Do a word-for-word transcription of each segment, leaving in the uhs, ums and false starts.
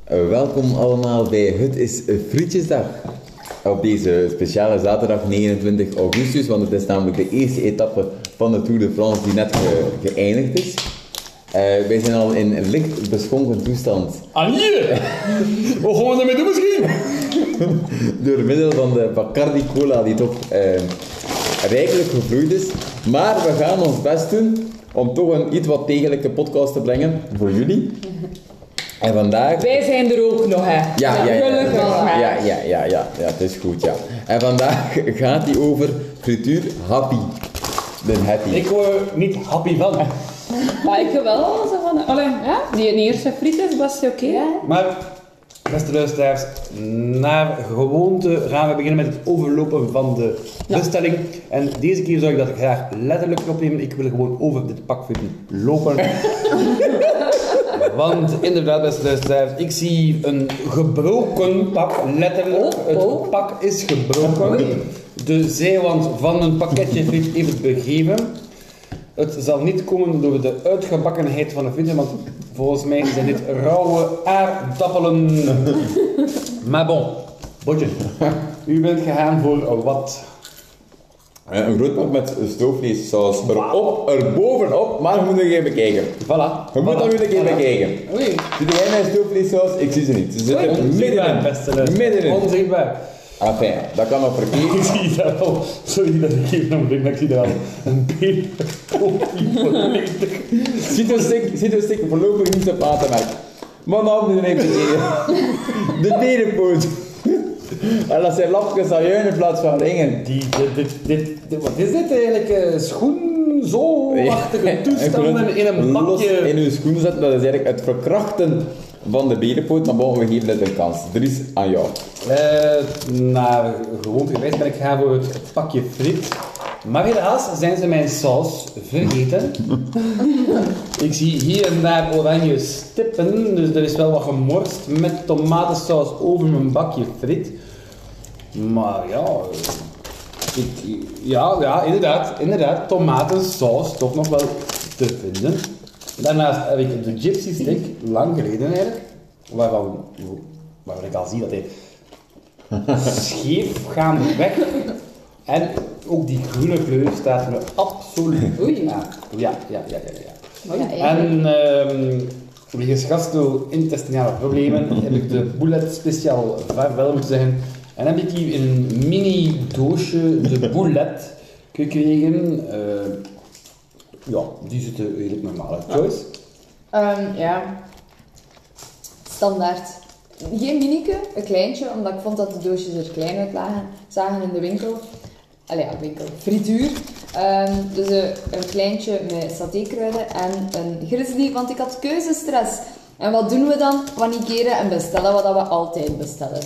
Uh, welkom allemaal bij Het is Frietjesdag. Op deze speciale zaterdag negenentwintig augustus, want het is namelijk de eerste etappe van de Tour de France die net ge- geëindigd is. Uh, wij zijn al in een licht beschonken toestand. Ah hier! Wat gaan we daarmee doen misschien? Door middel van de Bacardi Cola die toch uh, rijkelijk gevloeid is. Maar we gaan ons best doen om toch een iets wat degelijke podcast te brengen voor jullie. En vandaag... Wij zijn er ook nog, hè? Ja, ja, ja. Gelukkig wel, hè? Ja, ja, ja, ja, ja, het is goed, ja. En vandaag gaat die over frituur Happy. De Happy. Ik word niet happy van. Maar ik wel zo van... Allee, ja? Die eerste friet is best oké. Okay. Maar, beste luisteraars, naar gewoonte gaan we beginnen met het overlopen van de bestelling. En deze keer zou ik dat graag letterlijk opnemen. Ik wil gewoon over dit pak frieten lopen. Want inderdaad, beste luisteraars, ik zie een gebroken pak, letterlijk. Oh, Het oh. pak is gebroken. De zijwand van een pakketje friet heeft het begeven. Het zal niet komen door de uitgebakkenheid van de frieten, want volgens mij zijn dit rauwe aardappelen. Maar bon, Botje, u bent gegaan voor wat? Een groot pak met stoofvleessaus erop, erbovenop, maar je moet nog even bekijken. Voilà. Je moet nog even Voilà. bekijken. Oei. Zie jij mijn stoofvleessaus? Ik zie ze niet. Ze zitten Onzichtbaar, middenin. beste luisteraars. Middenin. Onzichtbaar. Enfin, dat kan nog Ik verkeerd. zie daar al, sorry dat ik even omdruk, maar ik zie daar al een beetje koffie volledig. Ziet er stik, ziet er stik voorlopig niet op aan te merken. Maar nou moet je even kijken. De tegenpoot. En dat zijn lapjes aan juin in plaats van ringen. Die, dit, dit, dit, dit, wat is dit eigenlijk? Uh, schoen, zo-achtige toestanden in een Los bakje. in uw schoen zetten, dat is eigenlijk het verkrachten van de berenpoot, maar bon, we geven het een kans. Dries, aan jou. Uh, naar gewoonte geweest ben ik gaan voor het pakje friet. Maar helaas zijn ze mijn saus vergeten. Ik zie hier en daar oranje stippen, dus er is wel wat gemorst met tomatensaus over mijn bakje friet. Maar ja, ik, ja, ja inderdaad, inderdaad, tomatensaus toch nog wel te vinden. Daarnaast heb ik de gypsy stick, lang geleden eigenlijk, waarvan, waarvan ik al zie dat hij scheef gaande weg. En ook die groene kleur staat me absoluut Oei. aan. Ja, ja, ja, ja. ja. Oh, ja, eigenlijk. En um, wegens gastro-intestinale problemen heb ik de boulet speciaal vaarwel moeten zeggen. En heb ik hier in een mini doosje de boulet gekregen. Uh, ja, die zitten redelijk normaal uit. Joyce? Um, ja, standaard. Geen minieke, een kleintje, omdat ik vond dat de doosjes er klein uit lagen, zagen in de winkel. Allee, ja, winkel. Frituur. Um, dus uh, een kleintje met satékruiden en een grizzly, want ik had keuzestress. En wat doen we dan? Panikeren en bestellen wat we altijd bestellen.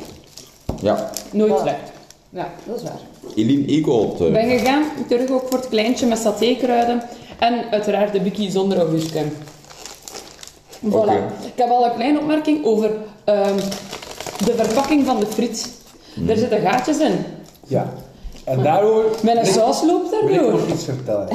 Ja. Nooit Voilà. slecht. Ja, dat is waar. Eline Eekholt. Ik ben gegaan, terug ook voor het kleintje met satékruiden. En uiteraard de bikkie zonder augusken. Voilà. Oké. Ik heb al een kleine opmerking over um, de verpakking van de friet. Mm. Er zitten gaatjes in. Ja. En daarover... Mijn wil ik- saus loopt wil ik daardoor. nog iets vertellen.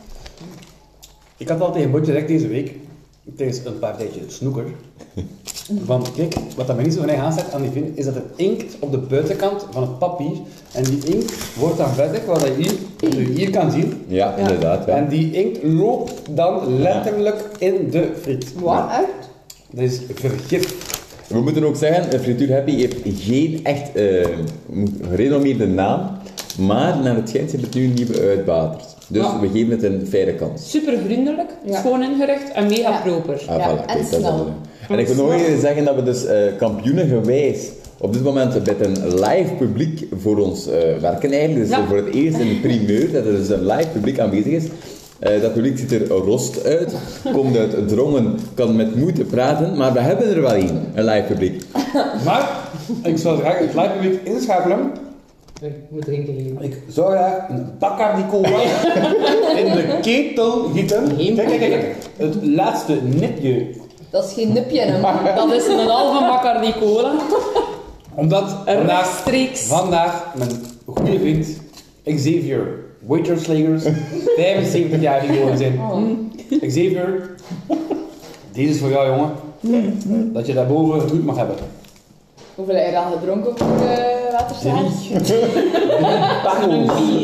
Ik had al tegen Botje gezegd deze week, tijdens een partijtje snoeker, van kijk, wat dat mij niet zo van aanstaat aan die vind, is dat er inkt op de buitenkant van het papier, en die inkt wordt dan vettig, wat je hier, wat je hier kan zien, Ja, inderdaad. Ja. en die inkt loopt dan letterlijk in de friet. Wat? Echt? Dat is vergif. We moeten ook zeggen, de frituur Happy heeft geen echt uh, gerenommeerde naam, maar naar het schijnt zijn het nu nieuwe uitbaters. Dus Ja. we geven het een faire kans. Super vriendelijk, Ja. schoon ingericht en mega Ja. proper. Ah, Ja, voilà, en kijk, dat is snel. het. En ik wil nog even zeggen dat we dus uh, kampioenengewijs op dit moment met een live publiek voor ons uh, werken eigenlijk. Dus Ja. voor het eerst een primeur, dat er dus een live publiek aanwezig is. Uh, dat publiek ziet er rost uit, komt uit Drongen, kan met moeite praten, maar we hebben er wel één, een live publiek. Maar, ik zou graag het live publiek inschakelen. Ik moet drinken geven. Ik zou graag een Bacardi Cola in de ketel gieten. Kijk, kijk, kijk, kijk. Het laatste nipje. Dat is geen nipje, hè. Dat is een halve Bacardi Cola. Omdat vandaag, Rechtstreeks. vandaag mijn goede vriend Xavier Waiterslegers vijfenzeventig jaar geworden zijn. Xavier, deze is voor jou, jongen. Dat je daarboven het goed mag hebben. Hoeveel heb je dan gedronken voor de waterstaat? Pagel.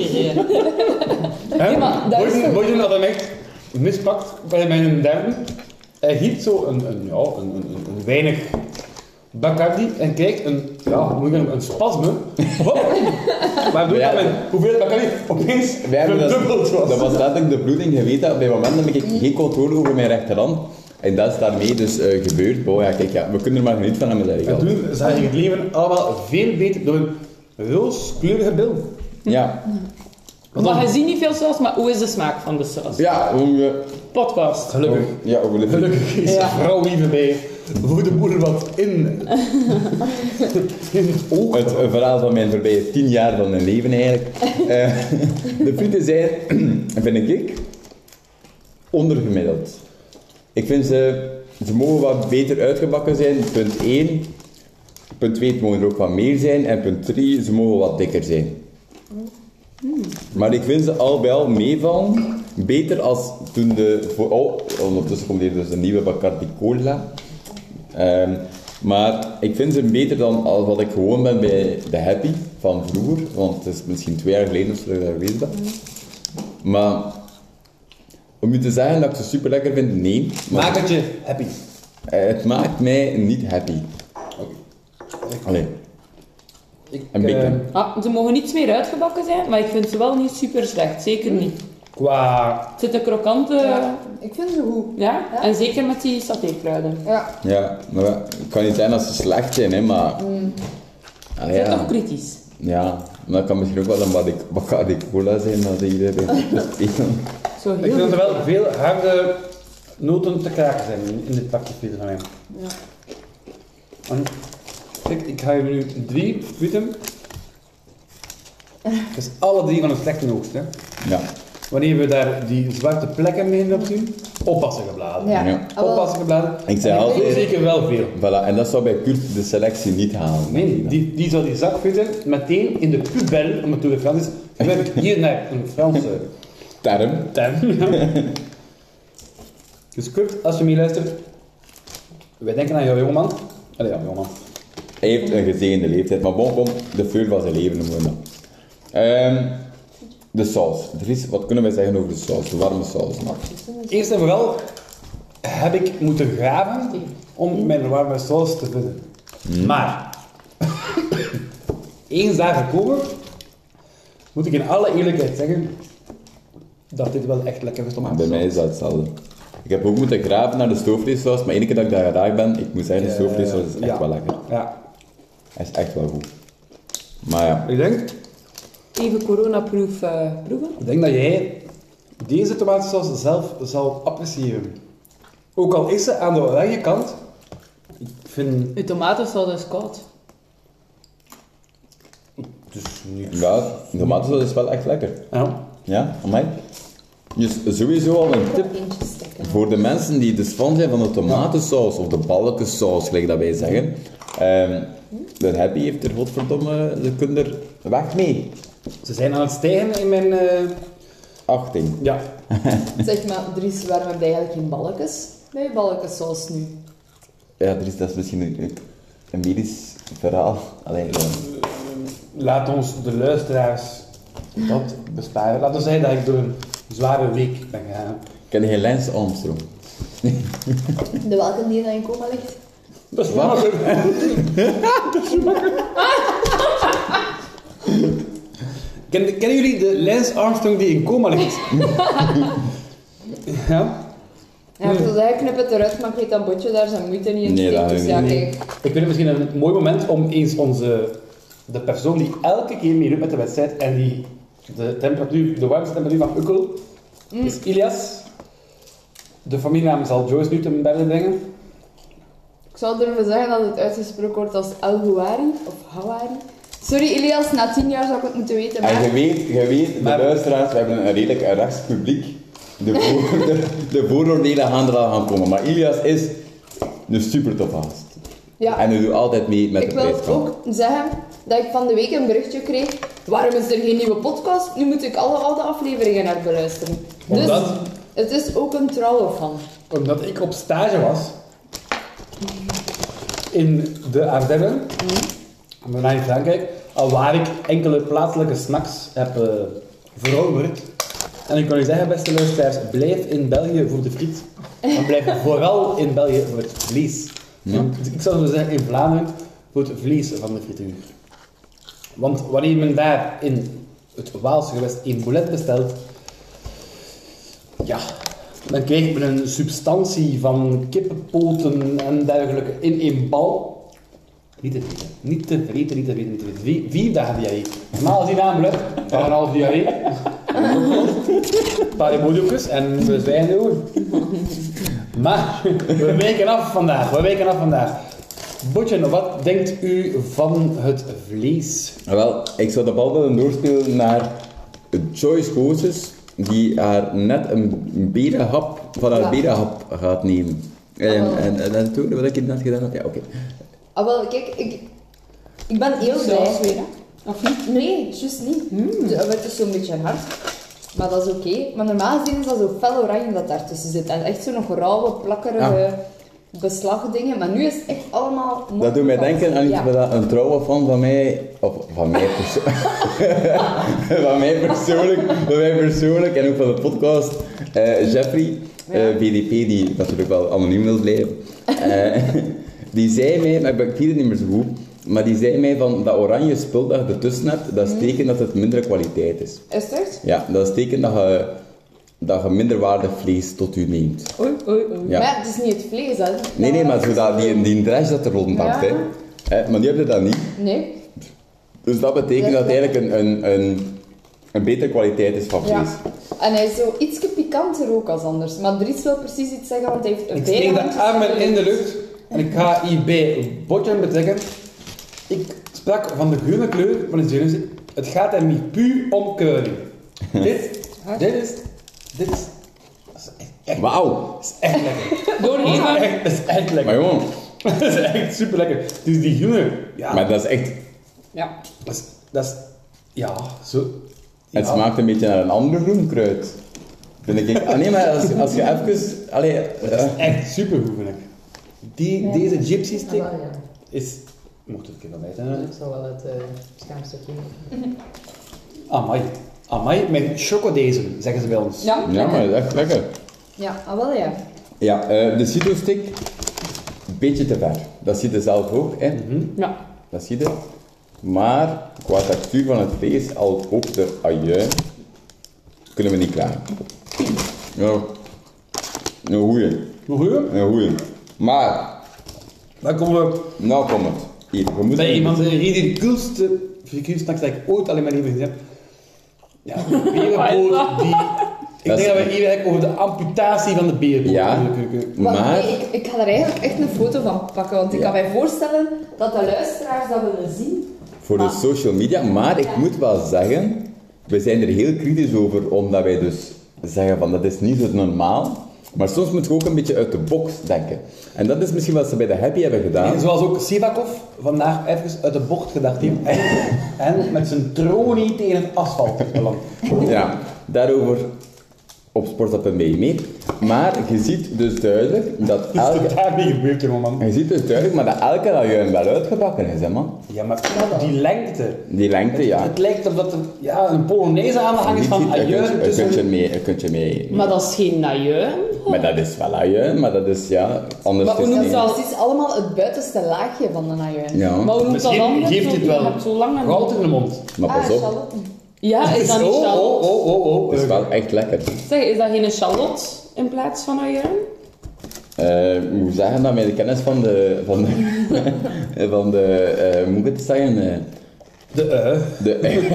Ja, maar dat is toch- Boyden had hem echt mispakt bij mijn derde. Hij giet zo een, een, ja, een, een, een weinig Bacardi en krijgt een, ja, hoe moet ik zeggen, een spasme. Hop. Waardoor Ja. dat mijn hoeveelheid Bacardi opeens Wij hebben dat, verdubbeld was. dat was letterlijk de bloeding. Je weet dat, bij momenten heb ik geen controle over mijn rechterhand. En dat is daarmee dus uh, gebeurd. Bo, ja, kijk, ja, we kunnen er maar genieten van hebben, zeg ik En al. toen zag ik het leven allemaal veel beter door een rooskleurige bil. Ja. Maar je ziet niet veel saus, maar hoe is de smaak van de saus? Ja, hoe... uh, Podcast. Gelukkig. Ja, hoe wil Gelukkig is Ja. vrouw liever bij voor de moeder wat in, in het oog. Het uh, verhaal van mijn voorbije tien jaar van mijn leven eigenlijk. Uh, de frieten zijn, vind ik, ondergemiddeld. Ik vind ze, ze mogen wat beter uitgebakken zijn, punt één. Punt twee, het mogen er ook wat meer zijn. En punt drie, ze mogen wat dikker zijn. Maar ik vind ze al bij al meevallen. Beter als toen de... voor- Oh, ondertussen komt hier dus een nieuwe Bacardi Cola. Ehm, maar ik vind ze beter dan als wat ik gewoon ben bij de Happy van vroeger. Want het is misschien twee jaar geleden of zo dat ik geweest ben. Maar... Om je te zeggen dat ik ze super lekker vind, nee. Maar Maak het je happy. eh, het maakt mij niet happy. Allee, Ik, een beetje. eh, Ah, ze mogen niets meer uitgebakken zijn, maar ik vind ze wel niet super slecht. Zeker niet. qua... Het zit een krokante... Ja, ik vind ze goed. Ja, Ja. en zeker met die satékruiden. Ja. Ja, maar het kan niet zijn dat ze slecht zijn, hè, maar... Allee, Ik ben ja. toch kritisch. Ja, maar dat kan misschien ook wel een Bacardi- Bacardi Cola zijn dat hier bij spelen. Zo Ik heel vind er goed. wel veel harde noten te kraken zijn in, in dit pakje frieten van mij. Ja. En, kijk, ik ga je nu drie frieten. Het is alle drie van een slechte oogst, hè. Ja. Wanneer we daar die zwarte plekken mee op zien, oppassen gebladen. Ja. Ja. Ah, wel. Oppassen gebladen. Ik zei En altijd- weet zeker wel veel. Voilà, en dat zou bij Kurt de selectie niet halen. Nee, nee, die, die zou die zakfrieten meteen in de pubel, om het door de Frans is, gewerkt hier naar een Franse Term. term. Ja. Dus Kurt, als je meeluistert, wij denken aan jouw jongeman. Allee, ja, jongeman. Hij heeft een gezegende leeftijd, maar bon, bon, de fleur van zijn leven noemen we dat. Ehm, de saus. Dries, wat kunnen wij zeggen over de saus? De warme saus. Maar. Eerst en vooral heb ik moeten graven om mijn warme saus te vinden. Maar, eens daar gekomen, moet ik in alle eerlijkheid zeggen dat dit wel echt lekker is om Maar aan bij te mij is dat hetzelfde. Ik heb ook moeten graven naar de stoofvleessaus, maar één keer dat ik daar geraakt ben, ik moet zeggen, de stoofvleessaus is echt ja. wel lekker. Ja, Hij is echt wel goed. Maar ja, ik denk, Even coronaproof eh proeven. ik denk dat jij deze tomatensaus zelf zal appreciëren. Ook al is ze aan de oranje kant, ik vind De tomatensaus is koud. het is niet... ja de tomatensaus is wel echt lekker. Ja. Ja, amai. Dus sowieso al een tip Eentje stekken. voor de mensen die dus fan zijn van de tomatensaus of de balkensaus, gelijk dat wij zeggen. Ehm de Happy heeft er godverdomme, ze kunnen er weg mee. Ze zijn aan het stijgen in mijn... eh, Achting. ja, Zeg maar, Dries, waarom heb je eigenlijk geen balkjes bij je balkensaus nu? Ja, er is, dat is misschien een, een medisch verhaal. Alleen, laat ons de luisteraars dat besparen. Laten we zeggen dat ik door een zware week ben gegaan. ken je Lance Armstrong? De welke die dan in coma ligt? Dat is waar. Ken, kennen jullie de Lance Armstrong die in coma ligt? ja? Ja, ik wil zeggen, knip het eruit, maar ik weet dat Botje daar zijn moeite niet in Nee, steekt. dat Dus niet. ja, Nee. kijk. Ik vind het misschien een mooi moment om eens onze... De persoon die elke keer meedoet met de wedstrijd en die de temperatuur, de warmste temperatuur van Ukkel, is Ilias. De familienaam zal Joyce nu ten berde brengen. Ik zou durven zeggen dat het uitgesproken wordt als El Houari of Houari. Sorry Ilias, na tien jaar zou ik het moeten weten, En je maar... weet, je weet de Maar- luisteraars, we hebben een redelijk rechts publiek. De, voor, de, de vooroordelen gaan er al gaan komen. Maar Ilias is een super tof gast. Ja. En hij doet altijd mee met Ik de wil prijskamp. ook zeggen dat ik van de week een berichtje kreeg. Waarom is er geen nieuwe podcast? Nu moet ik alle oude afleveringen naar beluisteren. Dus Omdat? het is ook een trouwe fan. Omdat ik op stage was in de Ardennen, daarna in Frankrijk, al waar ik enkele plaatselijke snacks heb uh, veroverd. En ik kan u zeggen, beste luisteraars, blijf in België voor de friet. En blijf vooral in België voor het vlees. Ja. Want ik zou zo zeggen, in Vlaanderen, voor het vlees van de frituur. Want wanneer men daar in het Waalse gewest een boulet bestelt, ja, dan krijgt men een substantie van kippenpoten en dergelijke in een bal. Niet te vreten, niet te vreten, niet te vreten, niet te vreten. Vier, vier dagen diarree. Normaal zien aan boulet, dan een half diarree. Een paar emodio's en we zijn er gewoon. Maar we wijken af vandaag, we wijken af vandaag. Botje, wat denkt u van het vlees? Wel, ik zou de bal willen doorspelen naar Joyce Goossens, die haar net een berenhap van haar Ja. berenhap gaat nemen. En, Oh. en, en, en toen, wat ik net gedaan had, ja oké. Ah, wel, kijk, ik, ik ben heel blij. Zelfs weer, hè? Of niet? Nee, juist niet. Het is zo'n beetje hard. Maar dat is oké. Maar normaal gezien is dat zo fel oranje dat daartussen zit. En echt zo nog rauwe, plakkerige beslagdingen. Maar nu is het echt allemaal... Dat doet mij denken aan iets Ja. wat een trouwe fan van mij, of van mij persoonlijk, van mij persoonlijk, van mij persoonlijk en ook van de podcast, eh, Jeffrey, eh Ja. V D P, die natuurlijk wel anoniem wil blijven, eh, die zei mij, maar ik weet het niet meer zo goed, maar die zei mij van dat oranje spul dat je ertussen hebt, dat is teken dat het mindere kwaliteit is. Is het echt? Ja, dat is teken dat je, dat je minderwaardig vlees tot u neemt. Oei, oei, oei. Ja. Maar het is niet het vlees, hè. Nee, nee, maar zo dat, die, die trash dat er rondhangt, Ja. hè. Eh, maar die heb je dat niet. Nee. Dus dat betekent Ja. dat het eigenlijk een, een, een, een betere kwaliteit is van Ja. vlees. En hij is zo ietsje pikanter ook als anders. Maar Dries wil precies iets zeggen, want hij heeft een Ik steek de bijhandjes armen in de lucht. lucht en ik ga hierbij Botje betrekken. Ik sprak van de groene kleur van de jeans. Het gaat er niet puur om keuring. dit, dit is, dit is, dat is echt, echt, Wauw! dat is echt lekker. Dat is Doorgeven. echt, dat is echt Maar lekker. jongen, Dat is echt super lekker. Dus die groene, ja, maar dat is echt... Ja. dat is, dat is, ja, zo. Ja. Het smaakt een beetje naar een ander groenekruid. Vind ik... Ah nee, maar als, als je even... Allee, eh, Echt super goed, vind ik. Die, Ja. Deze gypsy stick Ah, wel, ja. is, mocht het een keer van mij zijn. Ik zal wel het uh, schaamstukje nemen. Amai. Amai, met chocodezen, zeggen ze bij ons. Ja, ja, maar dat is echt lekker. Ja, ah, wel ja. Ja, eh, de Cito-stick, een beetje te ver. Dat zie je zelf ook, hè. Ja. Dat zie je. Maar qua textuur van het vlees, als ook de ajuin, kunnen we niet klagen. Ja, een goeie. Nog goed? Een goeie. Maar, Dan komen we nou komt het. Hier, we moeten... bij een van de ridicuulste figuursnacks die ik ooit al in mijn leven gezien heb. Ja, de berenpoot die... Ik Dat denk is- dat we hier eigenlijk over de amputatie van de berenpoot Ja. hebben. Maar, Maar, nee, ik, ik ga er eigenlijk echt een foto van pakken, want ik Ja. kan mij voorstellen dat de luisteraars dat willen zien. voor de Maar- social media, maar ik moet wel zeggen, we zijn er heel kritisch over, omdat wij dus zeggen van dat is niet zo normaal. Maar soms moet je ook een beetje uit de box denken. En dat is misschien wat ze bij de Happy hebben gedaan. En zoals ook Sivakov vandaag even uit de bocht gedacht heeft. En, en met zijn tronie tegen het asfalt is beland. Ja, daarover op sportstap punt b e mee. Maar je ziet dus duidelijk dat Wat is elke... er daarmee gebeurd, jongeman? Je ziet dus duidelijk maar dat elke ajuin wel uitgebakken is, hè man. Ja, maar die lengte. Die lengte, ja. Het lijkt alsof er ja, een Polonaise aan de gang is Je van ziet- je kunt- ajuin je kunt je tussen... mee, je kunt je mee... Maar dat is geen najuin. Maar dat is wel ajuin, maar dat is, ja, anders Maar is hoe het noemt niet. dat? Het is allemaal het buitenste laagje van de ajuin. Ja, Maar hoe noemt dat Misschien anders? geeft Zo- dit je wel hebt zo lang en... goud in de mond. maar Ah, pas op, Charlotte. Ja, is dat niet oh, shallot? oh, oh, oh, oh. het is wel echt lekker. Zeg, is dat geen shallot in plaats van ajuin? Eh, hoe zeggen dat met de kennis van de, van de, van de eh, hoe moet ik het zeggen, eh, De ui. de,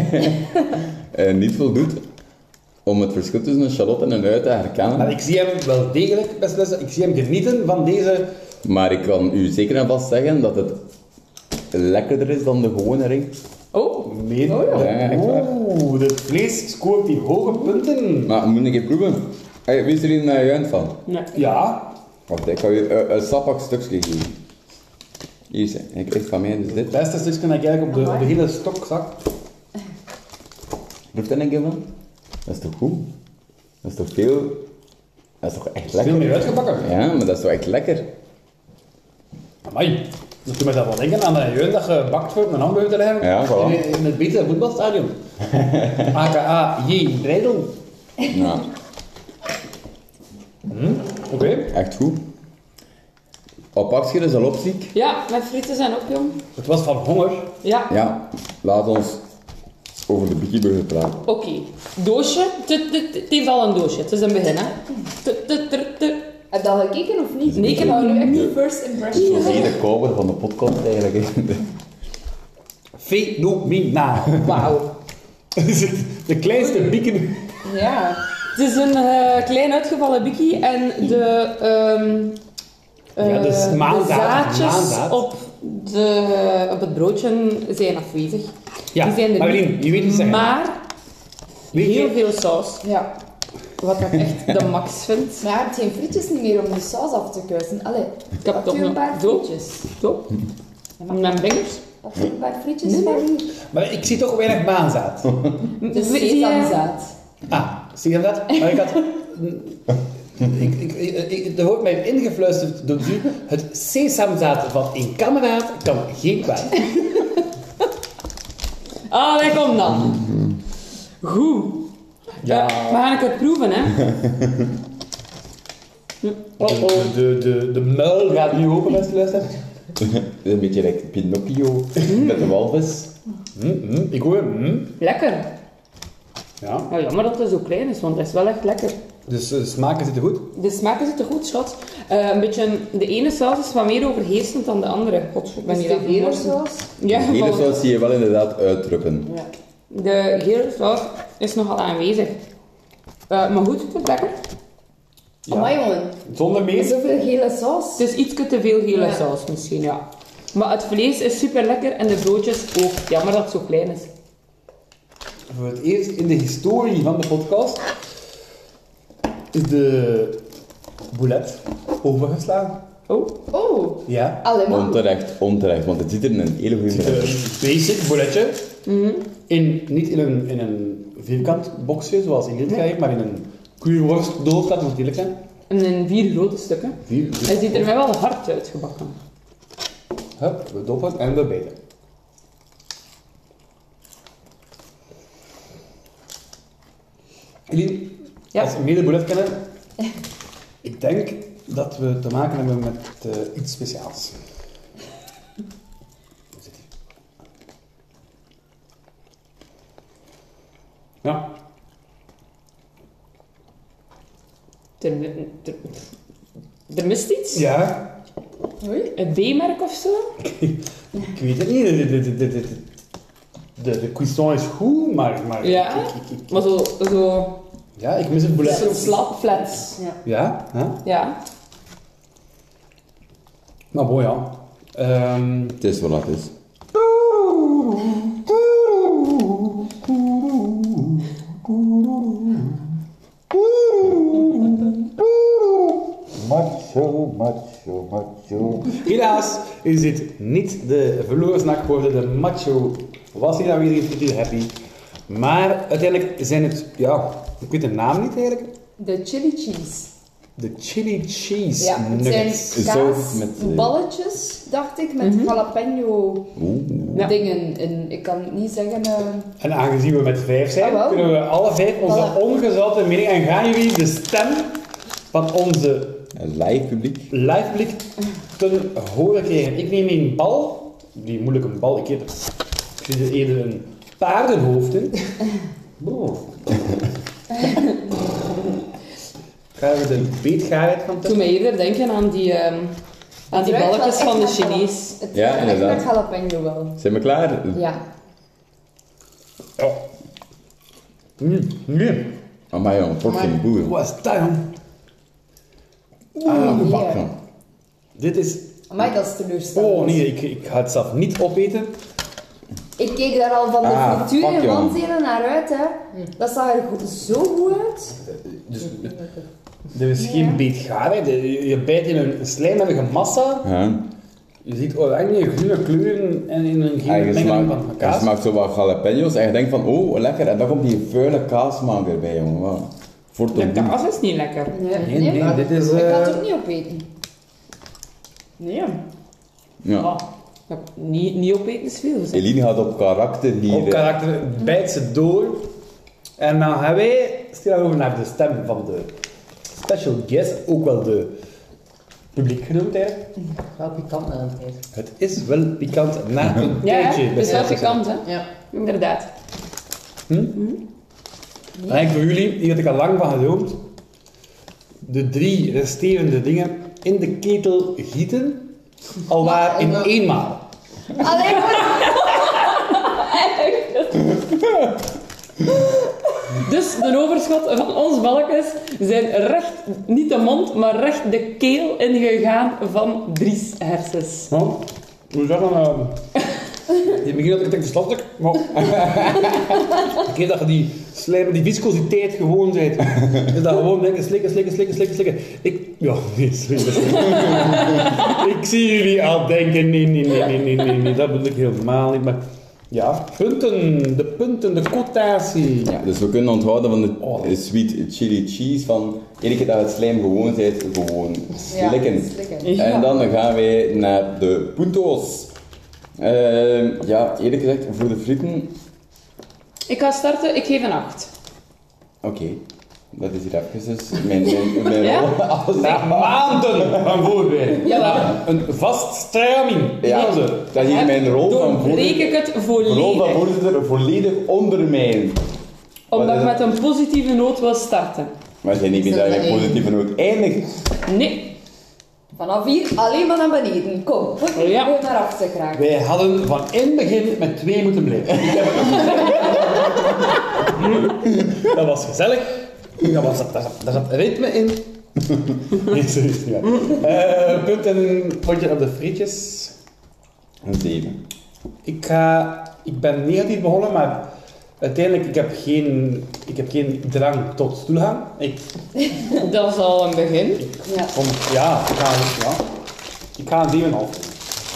eh, niet voldoet om het verschil tussen een shallot en een ui te herkennen. Maar ik zie hem wel degelijk, beste mensen, ik zie hem genieten van deze... Maar ik kan u zeker en vast zeggen dat het lekkerder is dan de gewone ring. Oh, Nee, Oh, ja. Ja, echt waar. Oeh, het vlees scoort hier hoge punten. Maar moet ik even proeven? Hey, wie is er hier een ajuin van? nee. Ja, Wacht, ik ga u een, een sappig stukje geven. Hier is het. Ik krijg van mij dus het dit. beste stukje dat ik eigenlijk op de, op de hele stok zag. Proef dat een keer van? Dat is toch goed? Dat is toch veel... Dat is toch echt lekker? Veel meer uitgebakken. Ja, maar dat is toch echt lekker? Amai. Dat doet mij dat wel denken aan een jeugd dat je bakt voor een hamburger te leggen. Ja, voilà. In, in het betere voetbalstadion. A K A J. Breidel. Ja, Hm, Oké. echt goed. Al pak je dus al opziek? Ja, met frieten zijn ook, jong. Het was van honger. Ja. Ja, laat ons over de bikieburger praten. Oké. Doosje. Het het heeft al een doosje. Het is een begin, hè. Tut, tut, tut, tut. Heb je dat gekeken of niet? Nee, ik heb wou nog nu echt niet. die first impression. Zoals de cover van de podcast eigenlijk. Fenomenaal. Wauw. De kleinste bieken. Ja. Het is een eh, klein uitgevallen bikkie en de, ehm eh, Ja, dus maanzaad, de zaadjes maanzaad. Op, de, op het broodje zijn afwezig. Ja, Die zijn er Marilien, niet. je weet niet zeggen. Maar Weet je- heel veel saus. Ja. Wat ik echt de max vind. Maar je hebt geen frietjes niet meer om de saus af te kuisen. Allee, Ik heb pak toch je een nog paar zo. frietjes. Zo. Met mijn vingers. Pak je een paar frietjes Nee, van nee. hier. Maar ik zie toch weinig maanzaad. De Zie je- sesamzaad. Ah, zie je dat? Maar ik had... Ik, ik, ik, ik- er wordt mij ingefluisterd door u. Het sesamzaad van een kameraad kan geen kwaad. Ah, wij komen dan. Goed. Ja. Ja, we gaan een keer proeven, hè. Oh, oh. De, de, de, de muil gaat nu open, beste luisteraars. Dat is een beetje like Pinocchio met de walvis. Mm, mm, ik hoor... Mm. Lekker. Ja. Ja, jammer dat het zo klein is, want het is wel echt lekker. Dus de smaken zitten goed. De smaken zitten goed, schat. Eh, een beetje, de ene saus is wat meer overheersend dan de andere. God, ik ben Is hier de aan gele het saus? Ja, De hele van- saus zie je wel inderdaad uitdrukken. Ja. De gele saus is nogal aanwezig. Eh, maar goed, ik vind het lekker. Ja. Amai, jongen. Zonder meer. Zoveel gele saus. Het is iets te veel gele Ja. saus misschien, ja. Maar het vlees is super lekker en de broodjes ook. Jammer dat het zo klein is. Voor het eerst in de historie van de podcast is de boulet overgeslagen. Oh, Oh, Ja. allemaal. Onterecht, onterecht, want het ziet er in een hele goede Een manier. basic bouletje. In, niet in een, in een vierkant boxje zoals Ingrid heeft, maar in een kuurworstdoos, laten we het eerlijk zijn. en in vier grote stukken. Vier, Hij ziet er mij wel hard uitgebakken. Hup, we doppen en we beten. Jullie, Ja. als mede-boulet kennen, ik denk dat we te maken hebben met uh, iets speciaals. Hoe zit die? Ja, Er, er, er mist iets? ja, Oei. Een B-merk of zo? ik weet het niet. De, de, de, de, de, de, de cuisson is goed, maar, maar Ja, ik, ik, ik, maar zo, zo, ja, ik mis een boulet. zo slap flats. Ja. Ja, hè? Ja. Maar bon, ja. Ehm, Het is wat het is. Macho, macho, macho. helaas is dit niet de verloren snack geworden. De macho was hier aanwezig, is hier happy. Maar uiteindelijk zijn het, ja, ik weet de naam niet eigenlijk. De chili cheese. De chili cheese Ja, het zijn nuggets. Zo met, eh, kaasballetjes, dacht ik, met jalapeno Oeh. Ja. dingen in. Ik kan het niet zeggen. eh, En aangezien we met vijf zijn, Ah, wel. kunnen we alle vijf onze Voilà. ongezouten mening en gaan jullie de stem van onze Een live publiek. live blik te horen krijgen. Ik neem een bal, die moeilijke bal, ik heb ik zie er eerder een paardenhoofd in. Boah. Gaan we de beetgaarheid van Doe testen? mij eerder denken aan die, ehm, aan die het ruikt balletjes wel van de echt naar jala- Chinees. Het Ja, ruikt echt inderdaad. naar jalapeno wel. Zijn we klaar? Ja. Ja. Mm, nee. Amai jongen, fucking boer. Wat is dat, jong? Ah, nee. bak van. Dit is... Amai, dat is teleurstellend. Oh nee, ik, ik ga het zelf niet opeten. Ik keek daar al van de Ah, frituur fuck, in jongen. Wanzelen naar uit, hè. Dat zag er goed, zo goed uit. Dus, er is geen beetgaarheid. Je, je bijt in een slijmerige massa. Ja. Je ziet oranje, groene kleuren en in een En gele je mengeling smaakt, van je kaas. smaakt zo wat jalapenos en je denkt van, oh, lekker. En dan komt die vuile kaasmaak erbij, jongen. Wow. Voor De te doen. kaas is niet lekker. Nee, Nee, nee, maar dit is, Ik ga het eh, ook niet opeten. Nee. Ja. Ah, ja, niet, niet opeten is veel. Zeg. Eline gaat op karakter hier. Op eh, karakter bijt ze door. En dan gaan wij stil over naar de stem van de special guest, ook wel de publiek genoemd eigenlijk. Wel pikant na een tijd. Het is wel pikant na een Ja, ja, tijdje. het is wel bij pikant, hè? Ja. Inderdaad. Dan heb ik voor jullie, hier had ik al lang van gedroomd, de drie resterende dingen in de ketel gieten, alwaar in eenmaal. Alleen maar... Dus de overschot van ons balkjes zijn recht, niet de mond, maar recht de keel ingegaan van Dries hersens. Ja, hoe zeg dan? Uh, je begint dat ik denk slachtelijk, maar ik weet dat je die slijm, die viscositeit gewoon bent. Is dat gewoon denken, slikken, slikken, slikken, slikken, slikken. Ik, ja, nee, slikken, slikken. Ik zie jullie al denken, nee, nee, nee, nee, nee, nee, nee, dat bedoel ik helemaal niet, maar ja, punten, de punten, de quotatie. Ja, dus we kunnen onthouden van de Oh. eh, sweet chili cheese van iedere keer dat het slijm gewoon bent, gewoon slikken. Ja, slikken. Ja. En dan gaan wij naar de punto's. Eh, ja, eerlijk gezegd, voor de frieten, Ik ga starten, ik geef een acht. oké. Dat is hier even dus mijn, mijn, mijn Ja? rol als Na maanden van voorbereiding. Ja, Na een vast straming. Ja, dat is hier mijn rol van Doorbreek ik voorzitter, het rol van volledig. voorzitter volledig ondermijnen. Omdat ik Wat met is een positieve noot wil starten. Maar zijn niet meer dat je met positieve noot eindigt. Nee. Vanaf hier alleen maar naar beneden. Kom, goed, Ja. goed naar achter graag. Wij hadden van in het begin met twee moeten blijven. Ik heb het dat was gezellig. Dat was, daar, zat, daar zat ritme in. Nee, serieus niet waar. Uh, punten, potje op de frietjes. Een zeven. Ik, ga, ik ben negatief begonnen, maar uiteindelijk ik heb geen, ik heb geen drang tot stoelgang. Ik Dat is al een begin. Ja. vond, ja, ik ga, ja, ik ga een zeven komma vijf.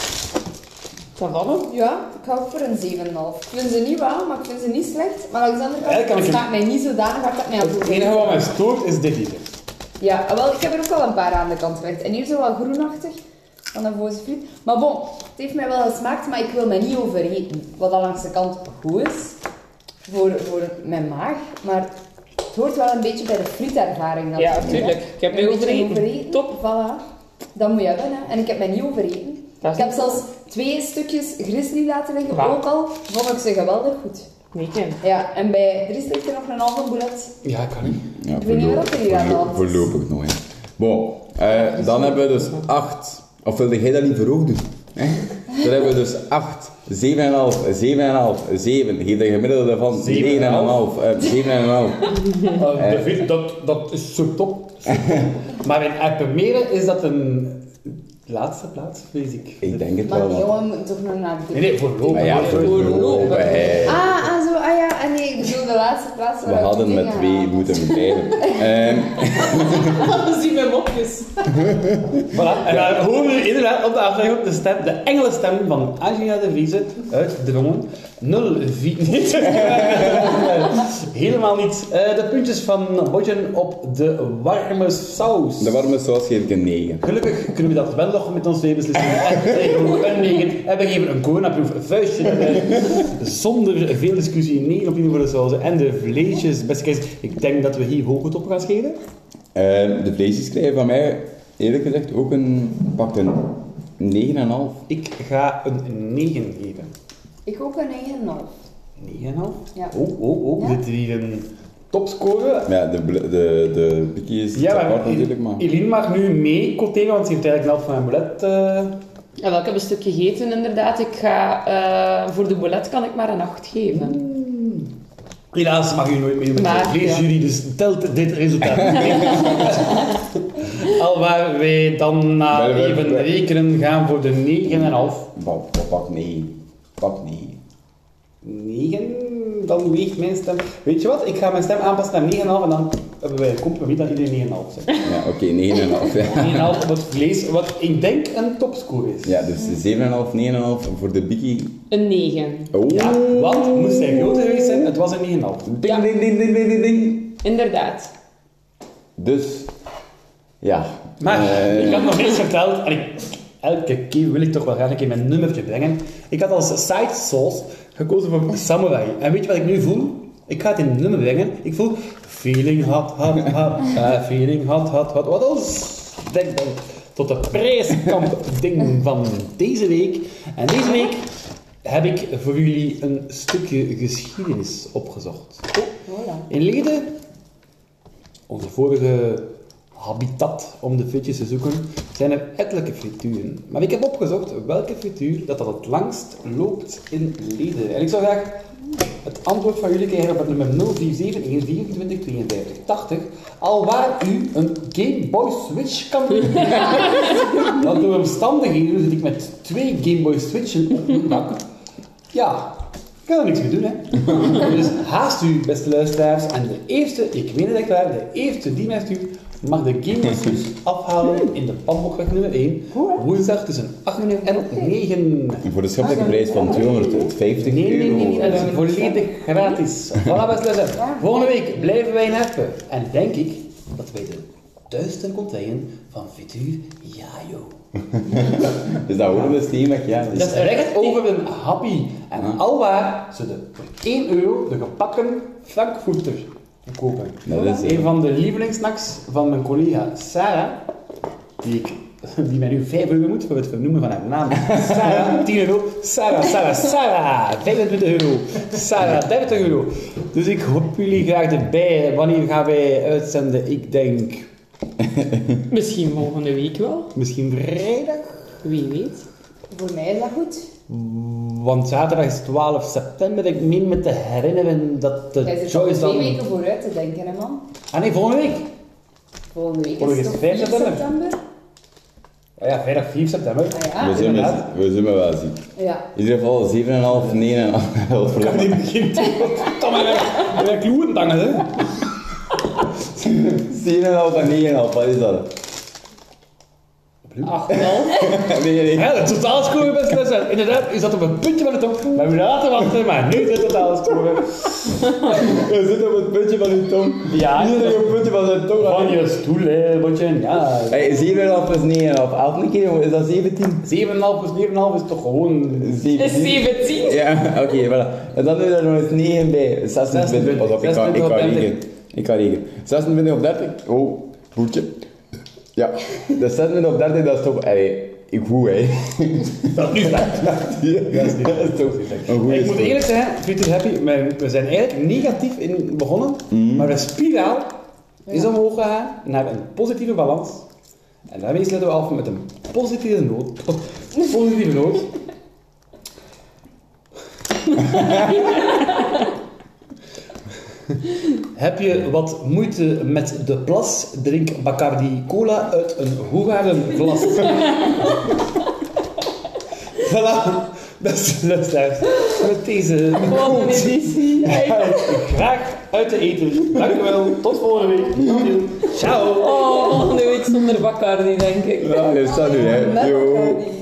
Dat vallen. Ja, ik ga ook voor een zeven komma vijf. Ik vind ze niet wel, maar ik vind ze niet slecht. Maar langs de andere Eigenlijk kan kant, ik het hem- smaakt mij niet zodanig hard dat mij aan Het enige wat mij stoort is dit hier. Ja, wel, ik heb er ook al een paar aan de kant gelegd. En hier zo wat groenachtig, van een voze friet. Maar bon, het heeft mij wel gesmaakt, maar ik wil mij niet overeten. Wat dan langs de kant goed is, voor, voor mijn maag. Maar het hoort wel een beetje bij de frietervaring Ja, natuurlijk. hè. tuurlijk. Ik heb mij Een beetje overeten. Top. Voilà. Dat moet je hebben, hè. En ik heb mij niet overeten. Dat Ik is heb zelfs twee stukjes grizzly laten liggen, Wauw. ook al vond ik ze geweldig goed. Nee, Kim. Ja, en bij Dries ligt er nog een halve boulet. Ja, kan niet. Ja, Ik weet niet wat er hier aan de hand is. Voorlopig nog, hè. Bon, eh, dan hebben we dus acht. Of wilde jij dat liever ook doen? Hè? Dan hebben we dus acht, zeven komma vijf, zeven komma vijf, zeven. Geef een gemiddelde van zeven negen komma komma vijf. eh, zeven komma vijf. Uh, de friet, dat, dat is zo top. Maar in Epemeren is dat een laatste plaats, vrees ik. Ik denk het Maar wel. die want- jongen moet toch nog naar de... Nee, nee, voorlopig. Maar ja, voorlopig. hè. Ah, ah, zo, ah ja, en nee, ik bedoel de laatste plaats We waar hadden dingen met twee halen. moeten blijven. Ehm, We zien mijn mopjes. Voilà. En dan horen we inderdaad op de aflevering de stem, de engelenstem van Angela de Vrieze uit Drongen. nul vier niet. Helemaal niet. Uh, de puntjes van Bodjen op de warme saus. de warme saus geef ik een negen. Gelukkig kunnen we dat wel nog met ons twee beslissen. En we zeggen ook een negen. En we geven een coronaproef vuistje erbij. Zonder veel discussie. negen op tien voor de sauzen. En de vleesjes, beste kijkers. Ik denk dat we hier hoog op gaan schelen. Ehm, de vleesjes krijgen van mij, eerlijk gezegd, ook een, pakt een negen komma vijf. Ik ga een negen geven. Ik ook een negen komma vijf. negen komma vijf? Ja. Oh, oh, oh. Ja? Zit hier een topscore? Maar ja, de, bl- de, de bikkie is Ja, apart maar natuurlijk, maar... Eline mag nu mee quoteren, want ze heeft eigenlijk een helft van mijn boulet. eh Ja, wel, ik heb een stuk gegeten, inderdaad. Ik ga, eh, voor de boulet kan ik maar een acht geven. Helaas mag u nooit meedoen met Maar, de vleesjury, dus telt dit resultaat niet. Alwaar wij dan na Wij- wij- even wij- rekenen gaan voor de negen komma vijf. Wat, wat pak negen? Pak negen. negen, dan weegt mijn stem. Weet je wat, ik ga mijn stem aanpassen naar negen komma vijf en dan hebben wij een compromis dat iedereen negen komma vijf zegt. Ja, oké, negen komma vijf. Ja. negen komma vijf op het vlees, wat ik denk een topscore is. Ja, dus zeven komma vijf, negen komma vijf voor de bikkie. Een negen. Oh. Ja, want moest hij groter geweest zijn, het was een negen komma vijf. Ding, ding, ding, ding, ding, ding, ding. Inderdaad. Dus, ja. Maar Eh, ik had nog niks verteld en ik elke keer wil ik toch wel graag een keer mijn nummertje brengen. Ik had als side sauce gekozen voor Samurai. En weet je wat ik nu voel? Ik ga het in een nummer brengen. Ik voel feeling hot, hot, hot. Uh, feeling hot, hot, hot. Wat ons denk dan tot de prijskamp ding van deze week. En deze week heb ik voor jullie een stukje geschiedenis opgezocht. In Leden, onze vorige habitat om de frietjes te zoeken, zijn er ettelijke frituren. Maar ik heb opgezocht welke frituur dat, dat het langst loopt in Leden. En ik zou graag het antwoord van jullie krijgen op het nummer nul vier zeven een vierentwintig tweeënvijftig tachtig, al waar u een Game Boy Switch kan doen. Want door omstandigheden zit ik met twee Game Boy Switchen op mijn dak. Ja, ik kan er niks mee doen, hè. Dus haast u, beste luisteraars. En de eerste, ik meen het echt waar, de eerste die mij stuurt, mag de Game Boy Switch afhalen in de Pambokweg nummer één. Woensdag tussen acht en negen. Voor de schappelijke prijs van tweehonderdvijftig Nee, nee, euro. nee, nee, dat is volledig gratis. Voilà, beste luisteraars. Volgende week blijven wij in Herpen. En denk ik dat wij de duizend containen van frituur Jajo. Dus dat horen we steenweg, ja. Dat is recht over een happy. En alwaar ze de voor één euro de gebakken Frankfurter kopen. Dat is een van de lievelingssnacks van mijn collega Sarah, die, ik, die mij nu vijf euro moet voor het vernoemen van haar naam. Sarah, tien euro. Sarah, Sarah, Sarah, vijfentwintig euro. Sarah, dertig euro. Dus ik hoop jullie graag erbij. Wanneer gaan wij uitzenden? Ik denk... Misschien volgende week wel. Misschien vrijdag? Wie weet. Voor mij is dat goed. Want zaterdag is twaalf september. Ik meen me te herinneren dat de Jij zit al Joyce twee dan... weken vooruit te denken, hè man. Ah nee, volgende week. Volgende week Volgende is is het vijf toch vier september. september? Ah ja, vrijdag vier september. Ah ja, We zullen, inderdaad. we zullen wel zien. ja. In ieder geval zeven komma vijf, negen komma vijf. Ik kan niet beginnen. Kom maar weg. Ik ben kloen dangen, hè. zeven komma vijf en negen komma vijf, wat is dat? acht komma vijf. Nee, nee. Ja, de totaalscore, beste luisteraars. Inderdaad, is dat op een puntje van de tong. Maar we laten wachten, maar nu de totaalscore. We zitten op het puntje van uw tong. Ja, Iedereen op het puntje van zijn tong. Van je stoel, hè, botje. Ja. Hey, zeven komma vijf is negen komma vijf. Elke keer, is dat zeventien? zeven komma vijf plus negen komma vijf is toch gewoon... Is zeventien. zeventien. Ja, oké, okay, voilà. En dan doe je er nog eens negen bij. zesentwintig. Pas op, ik kan, ik kan rekenen. Ik kan rekenen. zesentwintig op dertig. Oh, boertje. Ja, dus zesentwintig op dertig, dat is toch... Allee, ik voel, hè. Dat is niet slecht. Ja, dat is niet- dat is toch een goede Ik moet score. eerlijk zijn, Peter Happy, we we zijn eigenlijk negatief in begonnen, maar de spiraal is omhoog gegaan naar een positieve balans. En daarmee sluiten we af met een positieve noot. Positieve noot. Heb je wat moeite met de plas? Drink Bacardi Cola uit een Hoegaren glas. Voilà, beste luisteraars. Met deze Wat een editie. ga ik graag uit de eten. Dank u wel, tot volgende week. Ciao. Oh, volgende week zonder Bacardi, denk ik. Ja, dat staat nu, hè. Met Yo. elkaar die-